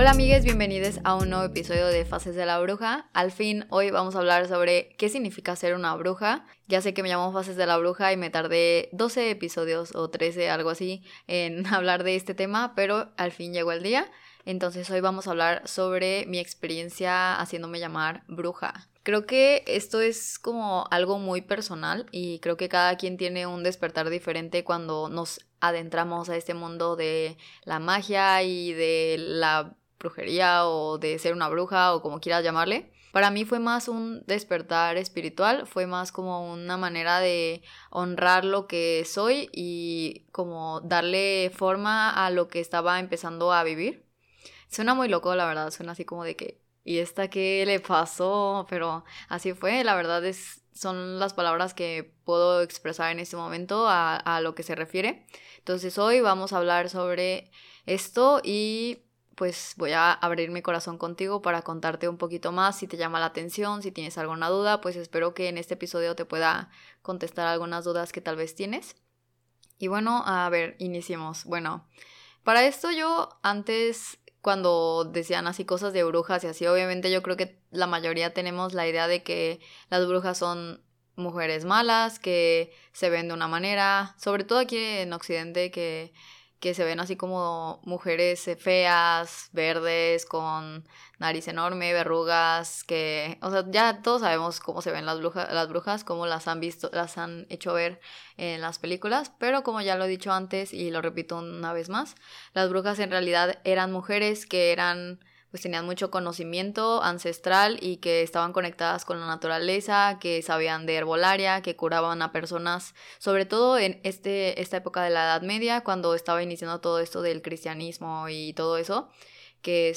Hola amigues, bienvenidos a un nuevo episodio de Fases de la Bruja. Al fin, hoy vamos a hablar sobre qué significa ser una bruja. Ya sé que me llamo Fases de la Bruja y me tardé 12 episodios o 13, algo así, en hablar de este tema, pero al fin llegó el día. Entonces hoy vamos a hablar sobre mi experiencia haciéndome llamar bruja. Creo que esto es como algo muy personal y creo que cada quien tiene un despertar diferente cuando nos adentramos a este mundo de la magia y de la brujería o de ser una bruja o como quieras llamarle. Para mí fue más un despertar espiritual, fue más como una manera de honrar lo que soy y como darle forma a lo que estaba empezando a vivir. Suena muy loco, la verdad, suena así como de que, ¿y esta qué le pasó? Pero así fue, la verdad son las palabras que puedo expresar en este momento a lo que se refiere. Entonces hoy vamos a hablar sobre esto y pues voy a abrir mi corazón contigo para contarte un poquito más. Si te llama la atención, si tienes alguna duda, pues espero que en este episodio te pueda contestar algunas dudas que tal vez tienes. Y bueno, a ver, iniciemos. Bueno, para esto yo antes, cuando decían así cosas de brujas y así, obviamente yo creo que la mayoría tenemos la idea de que las brujas son mujeres malas, que se ven de una manera, sobre todo aquí en Occidente, que se ven así como mujeres feas, verdes, con nariz enorme, verrugas, que, o sea, ya todos sabemos cómo se ven las brujas, cómo las han visto, las han hecho ver en las películas, pero como ya lo he dicho antes y lo repito una vez más, las brujas en realidad eran mujeres que pues tenían mucho conocimiento ancestral y que estaban conectadas con la naturaleza, que sabían de herbolaria, que curaban a personas, sobre todo en esta época de la Edad Media, cuando estaba iniciando todo esto del cristianismo y todo eso, que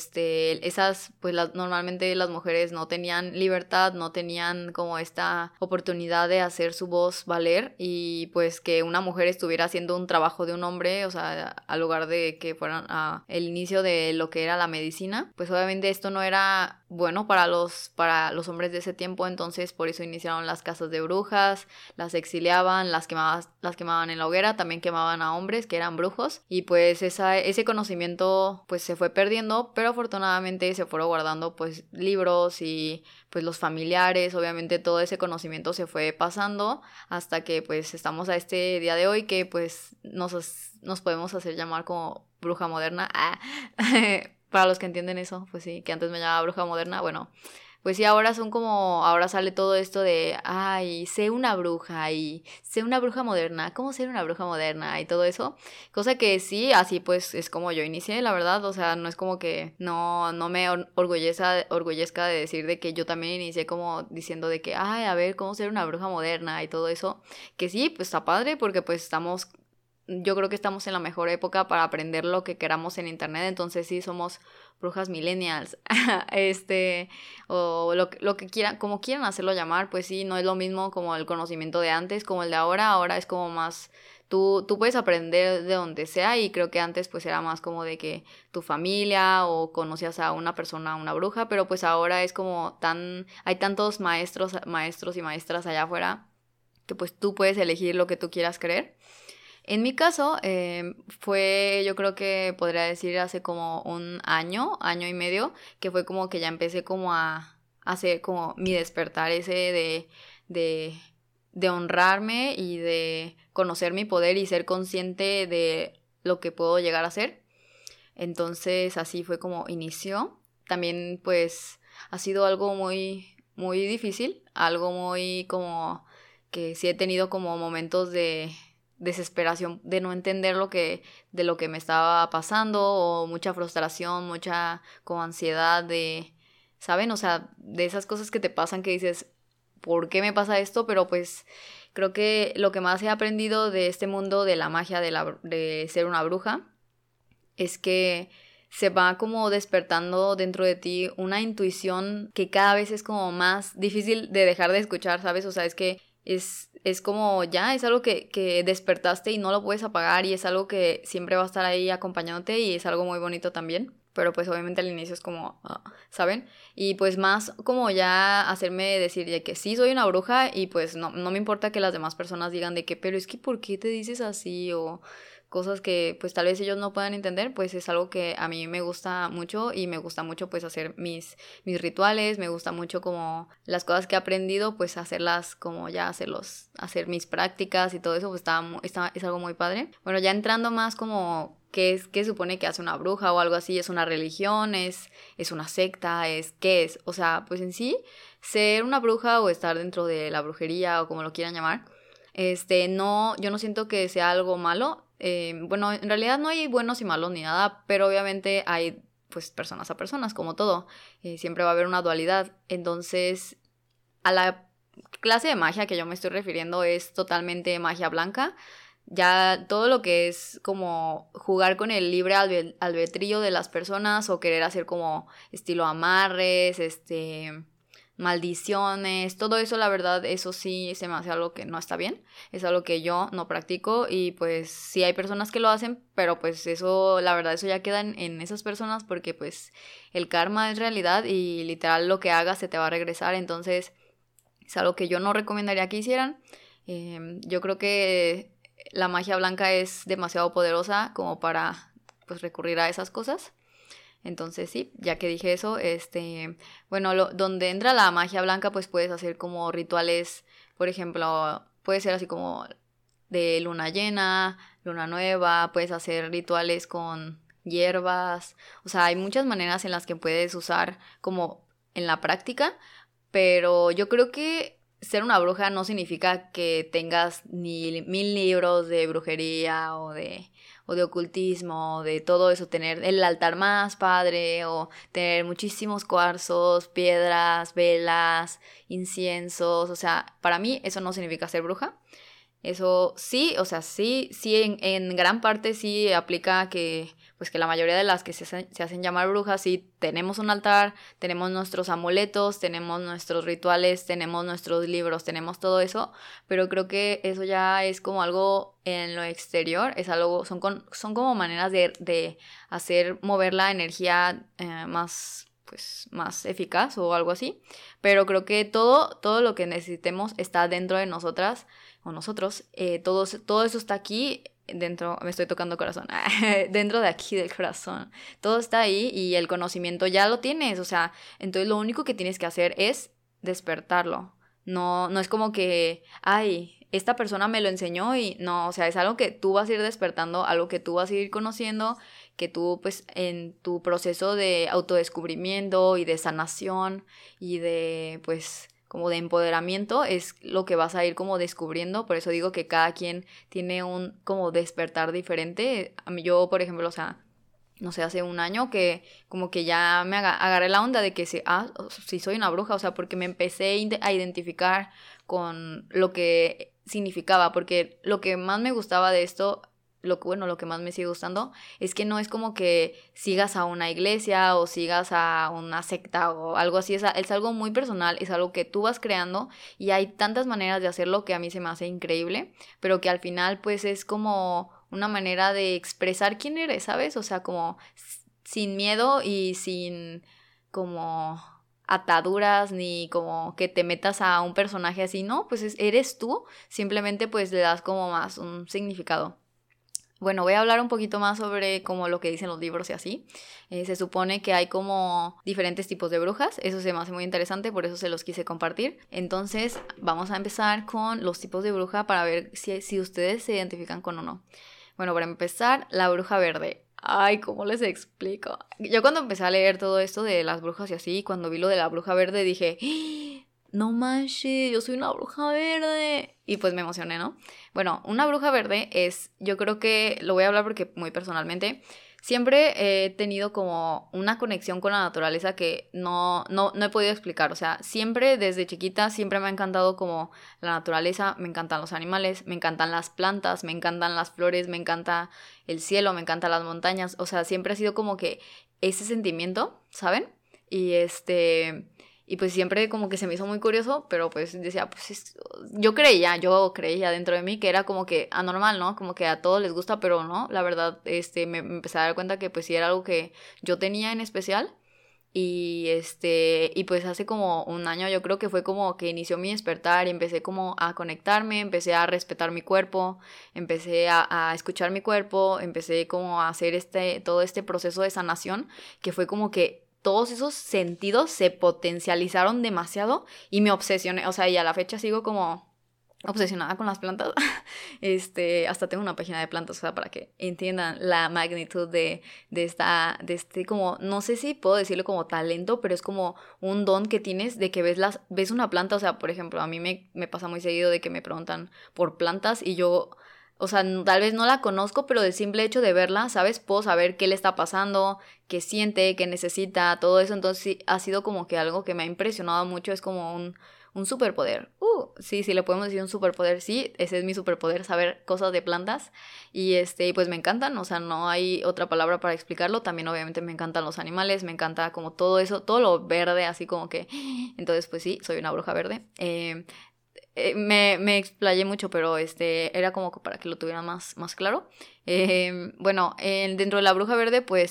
pues normalmente las mujeres no tenían libertad, no tenían como esta oportunidad de hacer su voz valer y pues que una mujer estuviera haciendo un trabajo de un hombre, o sea, al lugar de que fueran el inicio de lo que era la medicina, pues obviamente esto no era bueno para los hombres de ese tiempo, entonces por eso iniciaron las casas de brujas, las exiliaban, las quemaban en la hoguera, también quemaban a hombres que eran brujos y pues ese conocimiento pues se fue perdiendo, pero afortunadamente se fueron guardando pues libros y pues los familiares, obviamente todo ese conocimiento se fue pasando hasta que pues estamos a este día de hoy que pues nos podemos hacer llamar como bruja moderna. Para los que entienden eso, pues sí, que antes me llamaba bruja moderna, bueno, pues sí, ahora sale todo esto de, ay, sé una bruja y sé una bruja moderna, ¿cómo ser una bruja moderna? Y todo eso, cosa que sí, así pues es como yo inicié, la verdad, o sea, no es como que no me orgullezca de decir de que yo también inicié como diciendo de que, ay, a ver, ¿cómo ser una bruja moderna? Y todo eso, que sí, pues está padre porque pues yo creo que estamos en la mejor época para aprender lo que queramos en internet, entonces sí somos brujas millennials, o lo que quieran, como quieran hacerlo llamar, pues sí, no es lo mismo como el conocimiento de antes, como el de ahora es como más, tú puedes aprender de donde sea y creo que antes pues era más como de que tu familia o conocías a una persona, una bruja, pero pues ahora es como hay tantos maestros y maestras allá afuera que pues tú puedes elegir lo que tú quieras creer. En mi caso, yo creo que podría decir hace como un año y medio, que fue como que ya empecé como a hacer como mi despertar ese de, de honrarme y de conocer mi poder y ser consciente de lo que puedo llegar a ser. Entonces así fue como inició. También pues ha sido algo muy, muy difícil, algo muy como que sí he tenido como momentos de desesperación de no entender de lo que me estaba pasando o mucha frustración, mucha como ansiedad ¿saben? O sea, de esas cosas que te pasan que dices, ¿por qué me pasa esto? Pero pues creo que lo que más he aprendido de este mundo de la magia de ser una bruja es que se va como despertando dentro de ti una intuición que cada vez es como más difícil de dejar de escuchar, ¿sabes? O sea, es que es como ya, es algo que despertaste y no lo puedes apagar y es algo que siempre va a estar ahí acompañándote y es algo muy bonito también. Pero pues obviamente al inicio es como, ¿saben? Y pues más como ya hacerme decir de que sí soy una bruja y pues no me importa que las demás personas digan de que, pero es que ¿por qué te dices así? O cosas que pues tal vez ellos no puedan entender, pues es algo que a mí me gusta mucho y me gusta mucho pues hacer mis rituales, me gusta mucho como las cosas que he aprendido pues hacerlas como ya hacer mis prácticas y todo eso pues es algo muy padre. Bueno, ya entrando más como qué supone que hace una bruja o algo así, es una religión, es una secta, qué es, o sea, pues en sí ser una bruja o estar dentro de la brujería o como lo quieran llamar, no, yo no siento que sea algo malo. Bueno, en realidad no hay buenos y malos ni nada, pero obviamente hay pues personas a personas, como todo. Siempre va a haber una dualidad. Entonces, a la clase de magia que yo me estoy refiriendo es totalmente magia blanca. Ya todo lo que es como jugar con el libre albedrío de las personas o querer hacer como estilo amarres, maldiciones, todo eso, la verdad, eso sí se me hace algo que no está bien, es algo que yo no practico y pues sí hay personas que lo hacen, pero pues eso, la verdad, eso ya queda en esas personas porque pues el karma es realidad y literal lo que hagas se te va a regresar, entonces es algo que yo no recomendaría que hicieran. Yo creo que la magia blanca es demasiado poderosa como para pues recurrir a esas cosas. Entonces sí, ya que dije eso, bueno, donde entra la magia blanca, pues puedes hacer como rituales, por ejemplo, puede ser así como de luna llena, luna nueva, puedes hacer rituales con hierbas, o sea, hay muchas maneras en las que puedes usar como en la práctica, pero yo creo que ser una bruja no significa que tengas ni 1000 libros de brujería o de ocultismo, o de todo eso, tener el altar más padre, o tener muchísimos cuarzos, piedras, velas, inciensos, o sea, para mí eso no significa ser bruja. Eso sí, o sea, sí, en gran parte sí aplica que, pues que la mayoría de las que se hacen llamar brujas, sí tenemos un altar, tenemos nuestros amuletos, tenemos nuestros rituales, tenemos nuestros libros, tenemos todo eso, pero creo que eso ya es como algo en lo exterior, es algo, son como maneras de hacer mover la energía más, pues, más eficaz o algo así, pero creo que todo lo que necesitemos está dentro de nosotras o nosotros, todo eso está aquí dentro, me estoy tocando corazón, dentro de aquí del corazón, todo está ahí y el conocimiento ya lo tienes, o sea, entonces lo único que tienes que hacer es despertarlo, no es como que, ay, esta persona me lo enseñó y no, o sea, es algo que tú vas a ir despertando, algo que tú vas a ir conociendo, que tú pues en tu proceso de autodescubrimiento y de sanación y de pues como de empoderamiento es lo que vas a ir como descubriendo, por eso digo que cada quien tiene un como despertar diferente. A mí yo, por ejemplo, o sea, no sé, hace un año que como que ya me agarré la onda de que sí soy una bruja, o sea, porque me empecé a identificar con lo que significaba, porque lo que más me gustaba de esto lo que más me sigue gustando es que no es como que sigas a una iglesia o sigas a una secta o algo así, es algo muy personal, es algo que tú vas creando y hay tantas maneras de hacerlo que a mí se me hace increíble, pero que al final pues es como una manera de expresar quién eres, ¿sabes? O sea, como sin miedo y sin como ataduras ni como que te metas a un personaje así, no, pues eres tú, simplemente pues le das como más un significado. Bueno, voy a hablar un poquito más sobre como lo que dicen los libros y así. Se supone que hay como diferentes tipos de brujas, eso se me hace muy interesante, por eso se los quise compartir. Entonces, vamos a empezar con los tipos de bruja para ver si ustedes se identifican con uno. Bueno, para empezar, la bruja verde. Ay, ¿cómo les explico? Yo cuando empecé a leer todo esto de las brujas y así, cuando vi lo de la bruja verde, dije, ¡ah! No manches, yo soy una bruja verde. Y pues me emocioné, ¿no? Bueno, una bruja verde yo creo que, lo voy a hablar porque muy personalmente, siempre he tenido como una conexión con la naturaleza que no he podido explicar. O sea, siempre desde chiquita, siempre me ha encantado como la naturaleza, me encantan los animales, me encantan las plantas, me encantan las flores, me encanta el cielo, me encantan las montañas. O sea, siempre ha sido como que ese sentimiento, ¿saben? Y Y pues siempre como que se me hizo muy curioso, pero pues decía, pues yo creía dentro de mí que era como que anormal, ¿no? Como que a todos les gusta, pero no, la verdad, me empecé a dar cuenta que pues sí era algo que yo tenía en especial. y pues hace como un año yo creo que fue como que inició mi despertar y empecé como a conectarme, empecé a respetar mi cuerpo, empecé a escuchar mi cuerpo, empecé como a hacer todo este proceso de sanación que fue como que todos esos sentidos se potencializaron demasiado y me obsesioné, o sea, y a la fecha sigo como obsesionada con las plantas. Hasta tengo una página de plantas, o sea, para que entiendan la magnitud de este como, no sé si puedo decirlo como talento, pero es como un don que tienes de que ves una planta, o sea, por ejemplo, a mí me pasa muy seguido de que me preguntan por plantas y yo, o sea, tal vez no la conozco, pero del simple hecho de verla, ¿sabes? Puedo saber qué le está pasando, qué siente, qué necesita, todo eso. Entonces sí, ha sido como que algo que me ha impresionado mucho, es como un superpoder. Sí, le podemos decir un superpoder, sí, ese es mi superpoder, saber cosas de plantas. Y pues me encantan, o sea, no hay otra palabra para explicarlo. También obviamente me encantan los animales, me encanta como todo eso, todo lo verde, así como que... Entonces, pues sí, soy una bruja verde. Me explayé mucho, pero era como para que lo tuvieran más claro. Bueno, dentro de la bruja verde, pues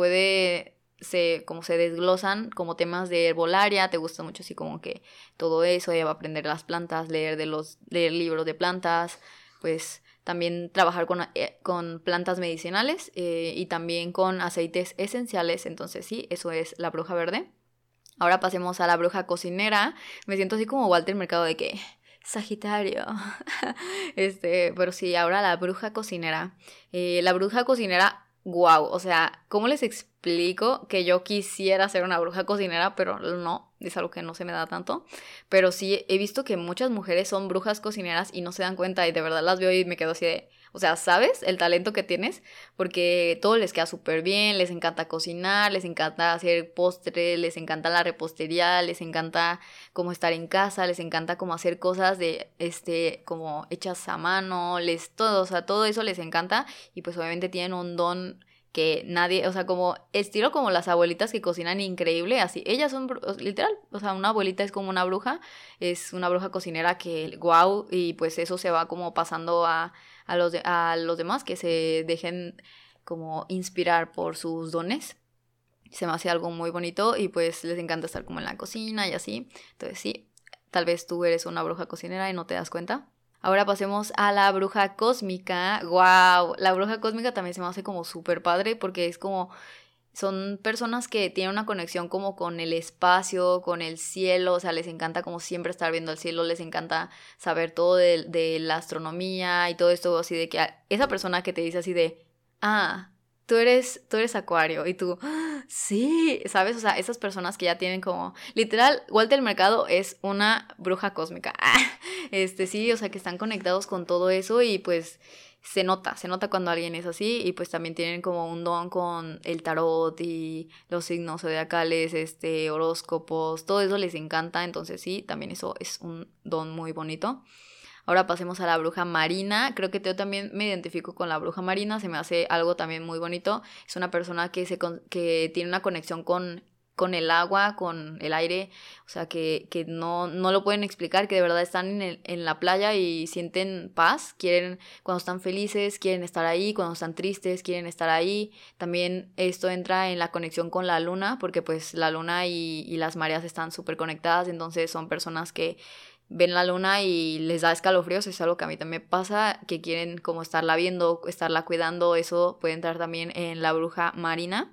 como se desglosan como temas de herbolaria, te gusta mucho así como que todo eso, ella va a aprender las plantas, leer libros de plantas, pues también trabajar con plantas medicinales y también con aceites esenciales, entonces sí, eso es la bruja verde. Ahora pasemos a la bruja cocinera. Me siento así como Walter Mercado de que Sagitario. Pero sí, ahora la bruja cocinera. La bruja cocinera, wow. O sea, ¿cómo les explico que yo quisiera ser una bruja cocinera? Pero no, es algo que no se me da tanto. Pero sí, he visto que muchas mujeres son brujas cocineras y no se dan cuenta y de verdad las veo y me quedo así de... O sea, ¿sabes el talento que tienes? Porque todo les queda súper bien, les encanta cocinar, les encanta hacer postres, les encanta la repostería, les encanta como estar en casa, les encanta como hacer cosas como hechas a mano, o sea, todo eso les encanta y pues obviamente tienen un don que nadie, o sea, como estilo como las abuelitas que cocinan increíble, así, ellas son, literal, o sea, una abuelita es como una bruja, es una bruja cocinera que, wow, y pues eso se va como pasando a los demás que se dejen como inspirar por sus dones. Se me hace algo muy bonito y pues les encanta estar como en la cocina y así. Entonces sí, tal vez tú eres una bruja cocinera y no te das cuenta. Ahora pasemos a la bruja cósmica. ¡Wow! La bruja cósmica también se me hace como súper padre porque es como... Son personas que tienen una conexión como con el espacio, con el cielo, o sea, les encanta como siempre estar viendo el cielo, les encanta saber todo de la astronomía y todo esto, así de que esa persona que te dice así de, ah, tú eres acuario y tú, "Ah, sí, ¿sabes? O sea, esas personas que ya tienen como, literal, Walter Mercado es una bruja cósmica. Sí, o sea, que están conectados con todo eso y pues se nota cuando alguien es así y pues también tienen como un don con el tarot y los signos zodiacales, horóscopos, todo eso les encanta, entonces sí, también eso es un don muy bonito. Ahora pasemos a la bruja marina. Creo que yo también me identifico con la bruja marina. Se me hace algo también muy bonito. Es una persona que tiene una conexión con el agua, con el aire. O sea, que no lo pueden explicar. Que de verdad están en la playa y sienten paz. Cuando están felices, quieren estar ahí. Cuando están tristes, quieren estar ahí. También esto entra en la conexión con la luna. Porque pues la luna y las mareas están súper conectadas. Entonces son personas que ven la luna y les da escalofríos, es algo que a mí también me pasa, que quieren como estarla viendo, estarla cuidando, eso puede entrar también en la bruja marina.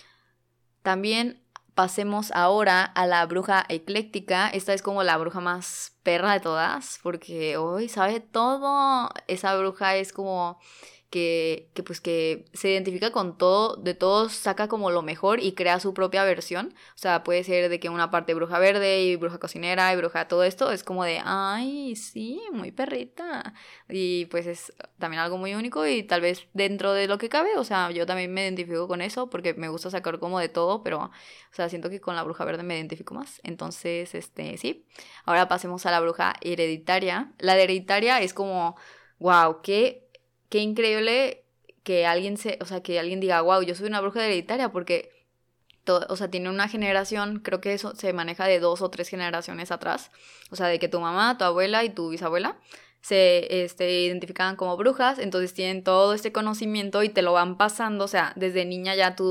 También pasemos ahora a la bruja ecléctica, esta es como la bruja más perra de todas, porque hoy sabe todo, esa bruja es como... pues que se identifica con todo, de todos saca como lo mejor y crea su propia versión. O sea, puede ser de que una parte bruja verde y bruja cocinera y bruja todo esto es como de, ay, sí, muy perrita. Y pues es también algo muy único y tal vez dentro de lo que cabe, o sea, yo también me identifico con eso porque me gusta sacar como de todo, pero, o sea, siento que con la bruja verde me identifico más. Entonces, sí. Ahora pasemos a la bruja hereditaria. La de hereditaria es como, wow, qué increíble que o sea, que alguien diga, wow, yo soy una bruja hereditaria, porque, o sea, tiene una generación, creo que eso se maneja de 2 o 3 generaciones atrás, o sea, de que tu mamá, tu abuela y tu bisabuela se identificaban como brujas, entonces tienen todo este conocimiento y te lo van pasando, o sea, desde niña ya tú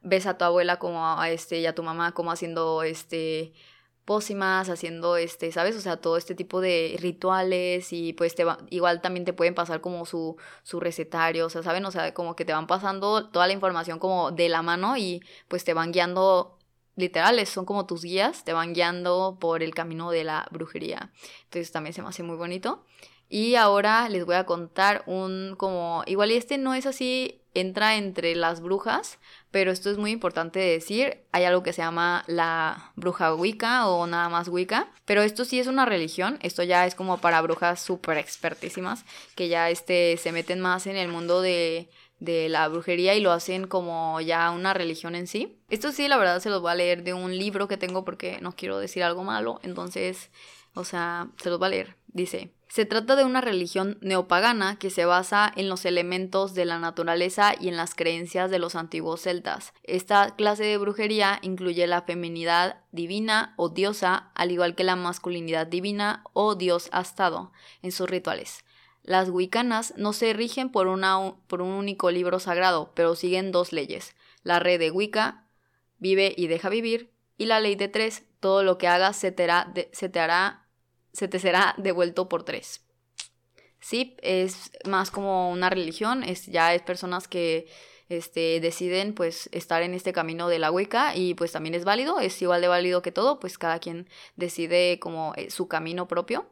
ves a tu abuela como y a tu mamá como haciendo pócimas, haciendo ¿sabes? O sea, todo este tipo de rituales y pues igual también te pueden pasar como su recetario, o sea, ¿saben? O sea, como que te van pasando toda la información como de la mano y pues te van guiando, literales, son como tus guías, te van guiando por el camino de la brujería. Entonces también se me hace muy bonito. Y ahora les voy a contar igual y no es así, entra entre las brujas, pero esto es muy importante de decir, hay algo que se llama la bruja Wicca o nada más Wicca, pero esto sí es una religión, esto ya es como para brujas súper expertísimas, que ya se meten más en el mundo de la brujería y lo hacen como ya una religión en sí. Esto sí, la verdad, se los voy a leer de un libro que tengo porque no quiero decir algo malo, entonces, o sea, se los voy a leer. Dice: se trata de una religión neopagana que se basa en los elementos de la naturaleza y en las creencias de los antiguos celtas. Esta clase de brujería incluye la feminidad divina o diosa, al igual que la masculinidad divina o dios astado en sus rituales. Las wiccanas no se rigen por un único libro sagrado, pero siguen dos leyes: la red de Wicca, vive y deja vivir, y la ley de tres, todo lo que hagas se te será devuelto por tres. Sí, es más como una religión, ya es personas que deciden pues estar en este camino de la Wicca y pues también es válido, es igual de válido que todo, pues cada quien decide como su camino propio.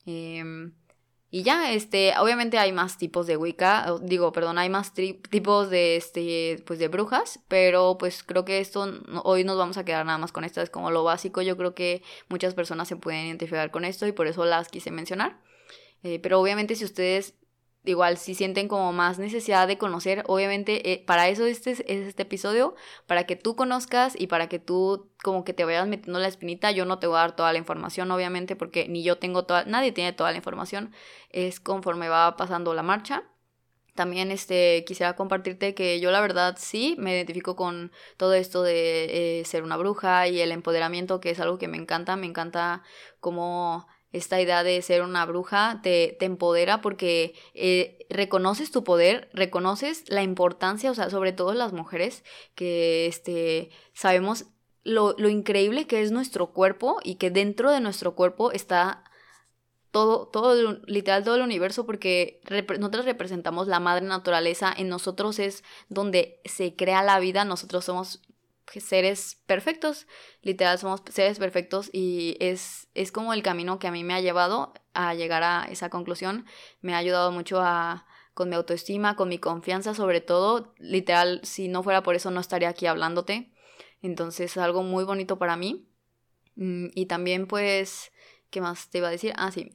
Y ya, obviamente hay más tipos de Wicca, hay más tipos de, pues de brujas, pero pues creo que hoy nos vamos a quedar nada más con esto, es como lo básico, yo creo que muchas personas se pueden identificar con esto y por eso las quise mencionar. Pero obviamente si ustedes igual si sienten como más necesidad de conocer, obviamente para eso es este episodio, para que tú conozcas y para que tú como que te vayas metiendo la espinita. Yo no te voy a dar toda la información, obviamente, porque ni yo tengo nadie tiene toda la información, es conforme va pasando la marcha. También quisiera compartirte que yo la verdad sí me identifico con todo esto de ser una bruja y el empoderamiento, que es algo que me encanta como esta idea de ser una bruja te empodera porque reconoces tu poder, reconoces la importancia, o sea, sobre todo las mujeres que sabemos lo increíble que es nuestro cuerpo y que dentro de nuestro cuerpo está literal todo el universo, porque nosotros representamos la madre naturaleza, en nosotros es donde se crea la vida, nosotros somos seres perfectos, literal somos seres perfectos y es como el camino que a mí me ha llevado a llegar a esa conclusión, me ha ayudado mucho con mi autoestima, con mi confianza sobre todo, literal si no fuera por eso no estaría aquí hablándote, entonces es algo muy bonito para mí. Y también pues, ¿qué más te iba a decir? Ah, sí,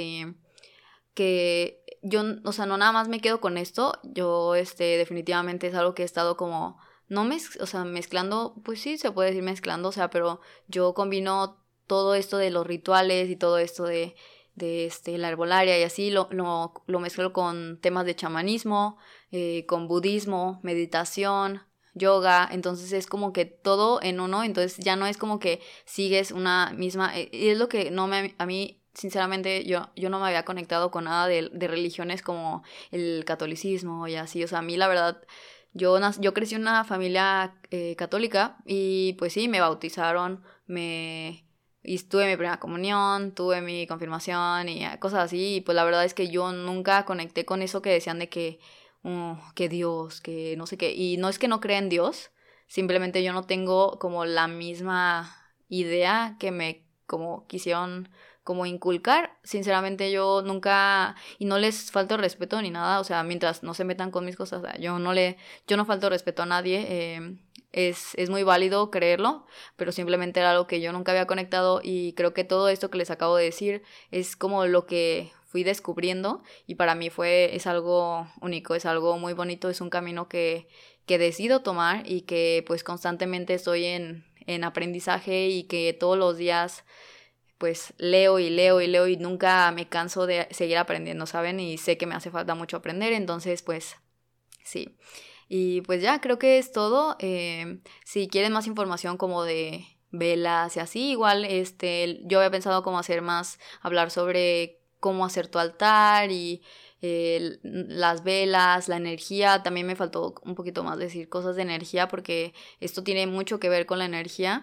que yo, o sea, no nada más me quedo con esto, yo, definitivamente es algo que he estado como, no o sea, mezclando, pues sí, se puede decir mezclando, o sea, pero yo combino todo esto de los rituales y todo esto de la herbolaria y así, lo mezclo con temas de chamanismo, con budismo, meditación, yoga, entonces es como que todo en uno, entonces ya no es como que sigues una misma, y es lo que a mí sinceramente yo no me había conectado con nada de religiones como el catolicismo y así, o sea, a mí la verdad, yo crecí en una familia católica y pues sí, me bautizaron, y tuve mi primera comunión, tuve mi confirmación y cosas así, y pues la verdad es que yo nunca conecté con eso que decían de que Dios, que no sé qué, y no es que no crea en Dios, simplemente yo no tengo como la misma idea que me como quisieron como inculcar, sinceramente yo nunca, y no les falto respeto ni nada, o sea, mientras no se metan con mis cosas, o sea, yo no falto respeto a nadie, es muy válido creerlo, pero simplemente era algo que yo nunca había conectado y creo que todo esto que les acabo de decir es como lo que fui descubriendo y para mí es algo único, es algo muy bonito, es un camino que decido tomar y que pues constantemente estoy en aprendizaje y que todos los días pues leo y leo y leo y nunca me canso de seguir aprendiendo, ¿saben? Y sé que me hace falta mucho aprender, entonces pues sí. Y pues ya, creo que es todo. Si quieren más información como de velas y así, igual yo había pensado cómo hablar sobre cómo hacer tu altar y las velas, la energía. También me faltó un poquito más decir cosas de energía porque esto tiene mucho que ver con la energía.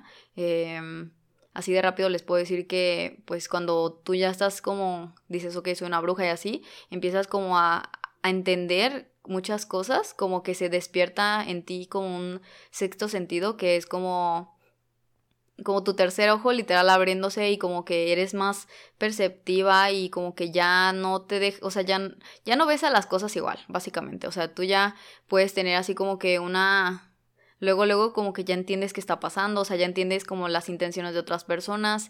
Así de rápido les puedo decir que pues cuando tú ya estás como, dices ok, soy una bruja y así, empiezas como a entender muchas cosas, como que se despierta en ti como un sexto sentido, que es como tu tercer ojo literal abriéndose y como que eres más perceptiva y como que ya no te dejas, o sea, ya no ves a las cosas igual, básicamente. O sea, tú ya puedes tener así como que luego como que ya entiendes qué está pasando, o sea, ya entiendes como las intenciones de otras personas,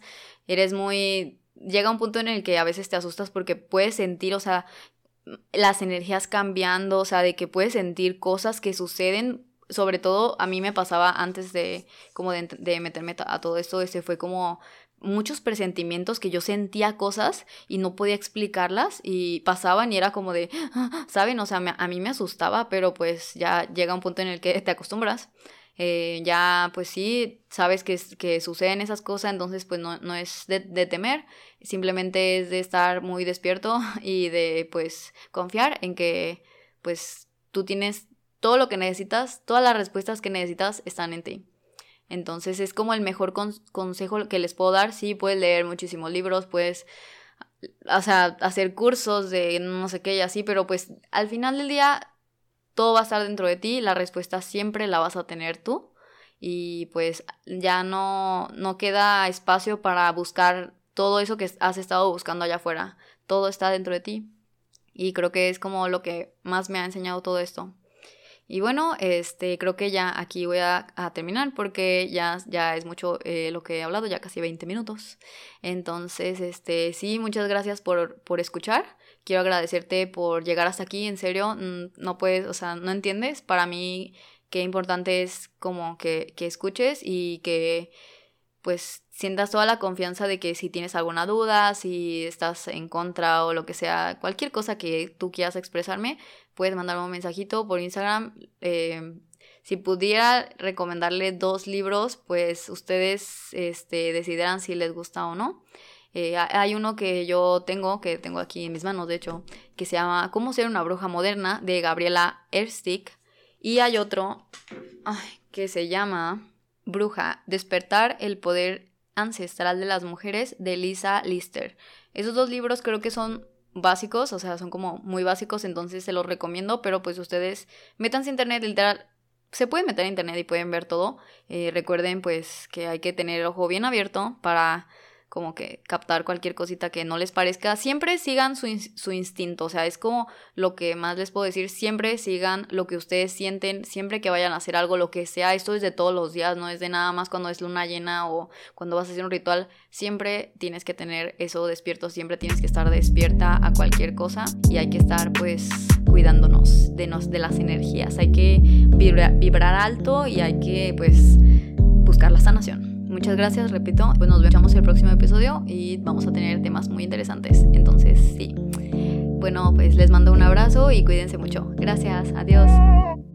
llega un punto en el que a veces te asustas porque puedes sentir, o sea, las energías cambiando, o sea, de que puedes sentir cosas que suceden. Sobre todo a mí me pasaba antes de meterme a todo esto, fue como muchos presentimientos que yo sentía cosas y no podía explicarlas y pasaban y era como de, ¿saben? O sea, a mí me asustaba, pero pues ya llega un punto en el que te acostumbras. Ya pues sí, sabes que suceden esas cosas, entonces pues no es de temer, simplemente es de estar muy despierto y de pues confiar en que pues tú tienes todo lo que necesitas, todas las respuestas que necesitas están en ti. Entonces es como el mejor consejo que les puedo dar. Sí, puedes leer muchísimos libros, puedes, o sea, hacer cursos de no sé qué y así, pero pues al final del día todo va a estar dentro de ti, la respuesta siempre la vas a tener tú y pues ya no queda espacio para buscar todo eso que has estado buscando allá afuera. Todo está dentro de ti y creo que es como lo que más me ha enseñado todo esto. Y bueno, creo que ya aquí voy a terminar porque ya es mucho lo que he hablado, ya casi 20 minutos. Entonces, sí, muchas gracias por escuchar. Quiero agradecerte por llegar hasta aquí, en serio, no puedes, o sea, no entiendes. Para mí qué importante es como que escuches y que pues sientas toda la confianza de que si tienes alguna duda, si estás en contra o lo que sea, cualquier cosa que tú quieras expresarme, puedes mandarme un mensajito por Instagram. Si pudiera recomendarle 2 libros, pues ustedes decidirán si les gusta o no. Hay uno que tengo aquí en mis manos, de hecho, que se llama Cómo ser una bruja moderna, de Gabriela Erstick. Y hay otro que se llama Bruja, despertar el poder ancestral de las mujeres, de Lisa Lister. Esos 2 libros creo que son básicos, o sea, son como muy básicos, entonces se los recomiendo, pero pues ustedes métanse a internet, literal, se pueden meter a internet y pueden ver todo. Recuerden pues que hay que tener el ojo bien abierto para como que captar cualquier cosita que no les parezca. Siempre sigan su instinto, o sea, es como lo que más les puedo decir, siempre sigan lo que ustedes sienten, siempre que vayan a hacer algo, lo que sea. Esto es de todos los días, no es de nada más cuando es luna llena o cuando vas a hacer un ritual. Siempre tienes que tener eso despierto, siempre tienes que estar despierta a cualquier cosa y hay que estar pues cuidándonos de las energías. Hay que vibrar alto y hay que pues buscar la sanación. Muchas gracias, repito, pues nos vemos en el próximo episodio y vamos a tener temas muy interesantes. Entonces, sí. Bueno, pues les mando un abrazo y cuídense mucho. Gracias, adiós.